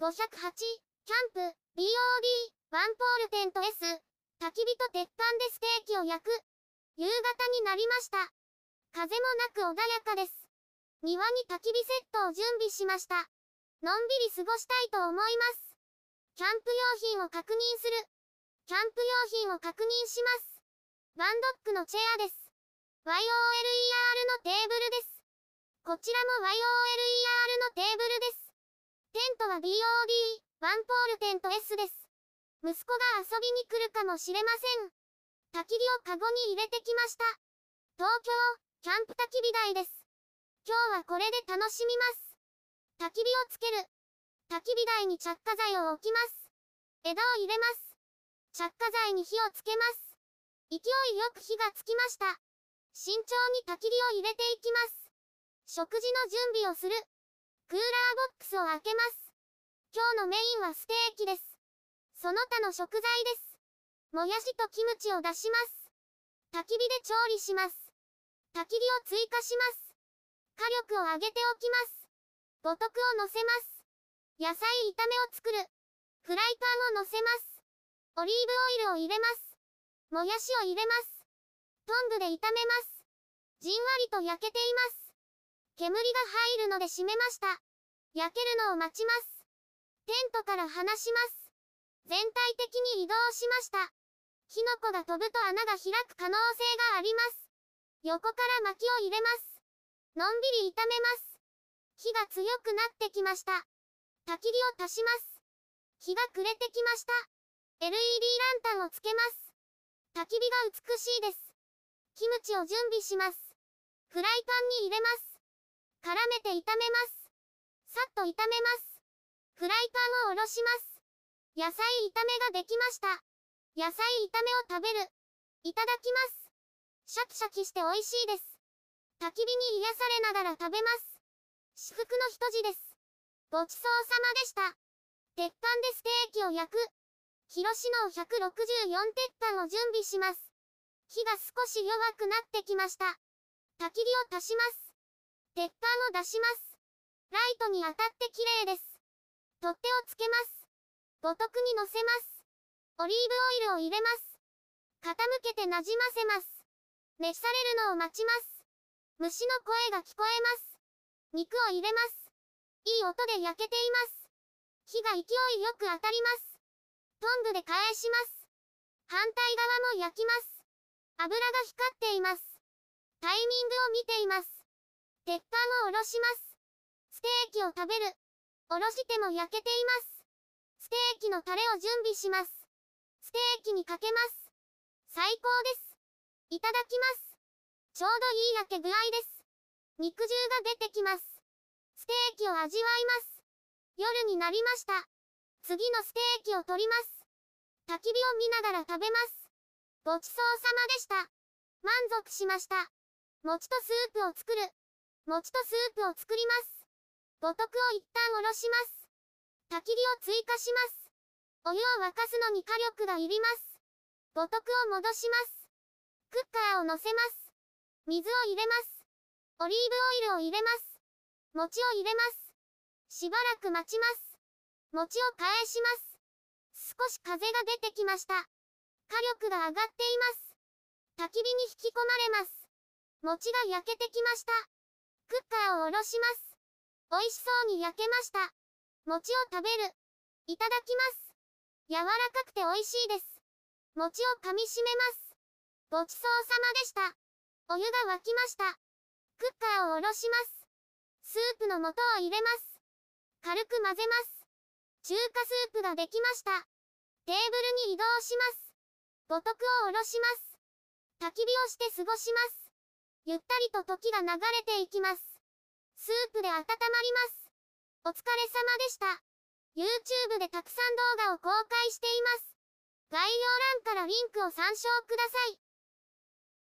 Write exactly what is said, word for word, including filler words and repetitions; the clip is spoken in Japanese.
ごひゃくはち、キャンプ、ビーオーディー、ワンポールテント S、焚き火と鉄板でステーキを焼く。夕方になりました。風もなく穏やかです。庭に焚き火セットを準備しました。のんびり過ごしたいと思います。キャンプ用品を確認する。キャンプ用品を確認します。ワンドックのチェアです。ワイオーエルイーアール のテーブルです。こちらも ワイオーエルイーアール のテーブルです。テントは ビーオーディー、ワンポールテント S です。息子が遊びに来るかもしれません。焚き火をカゴに入れてきました。東京、キャンプ焚き火台です。今日はこれで楽しみます。焚き火をつける。焚き火台に着火剤を置きます。枝を入れます。着火剤に火をつけます。勢いよく火がつきました。慎重に焚き火を入れていきます。食事の準備をする。クーラーボックスを開けます。今日のメインはステーキです。その他の食材です。もやしとキムチを出します。焚き火で調理します。焚き火を追加します。火力を上げておきます。五徳を乗せます。野菜炒めを作る。フライパンを乗せます。オリーブオイルを入れます。もやしを入れます。トングで炒めます。じんわりと焼けています。煙が入るので閉めました。焼けるのを待ちます。テントから離します。全体的に移動しました。火の粉が飛ぶと穴が開く可能性があります。横から薪を入れます。のんびり炒めます。火が強くなってきました。焚き火を足します。日が暮れてきました。エルイーディー ランタンをつけます。焚き火が美しいです。キムチを準備します。フライパンに入れます。絡めて炒めます。さっと炒めます。フライパンを下ろします。野菜炒めができました。野菜炒めを食べる。いただきます。シャキシャキして美味しいです。焚き火に癒されながら食べます。至福の一時です。ごちそうさまでした。鉄板でステーキを焼く。広志能ひゃくろくじゅうよん鉄板を準備します。火が少し弱くなってきました。焚き火を足します。鉄板を出します。ライトに当たって綺麗です。取っ手をつけます。五徳に乗せます。オリーブオイルを入れます。傾けてなじませます。熱されるのを待ちます。虫の声が聞こえます。肉を入れます。いい音で焼けています。火が勢いよく当たります。トングで返します。反対側も焼きます。油が光っています。タイミングを見ています。鉄板を下ろします。ステーキを食べる。下ろしても焼けています。ステーキのタレを準備します。ステーキにかけます。最高です。いただきます。ちょうどいい焼け具合です。肉汁が出てきます。ステーキを味わいます。夜になりました。次のステーキを取ります。焚き火を見ながら食べます。ごちそうさまでした。満足しました。餅とスープを作る。餅とスープを作ります。五徳を一旦下ろします。焚き火を追加します。お湯を沸かすのに火力がいります。五徳を戻します。クッカーを乗せます。水を入れます。オリーブオイルを入れます。餅を入れます。しばらく待ちます。餅を返します。少し風が出てきました。火力が上がっています。焚き火に引き込まれます。餅が焼けてきました。クッカーを下ろします。美味しそうに焼けました。餅を食べる。いただきます。柔らかくて美味しいです。餅を噛み締めます。ごちそうさまでした。お湯が沸きました。クッカーを下ろします。スープの素を入れます。軽く混ぜます。中華スープができました。テーブルに移動します。五徳を下ろします。焚き火をして過ごします。ゆったりと時が流れていきます。スープで温まります。お疲れ様でした。YouTube でたくさん動画を公開しています。概要欄からリンクを参照ください。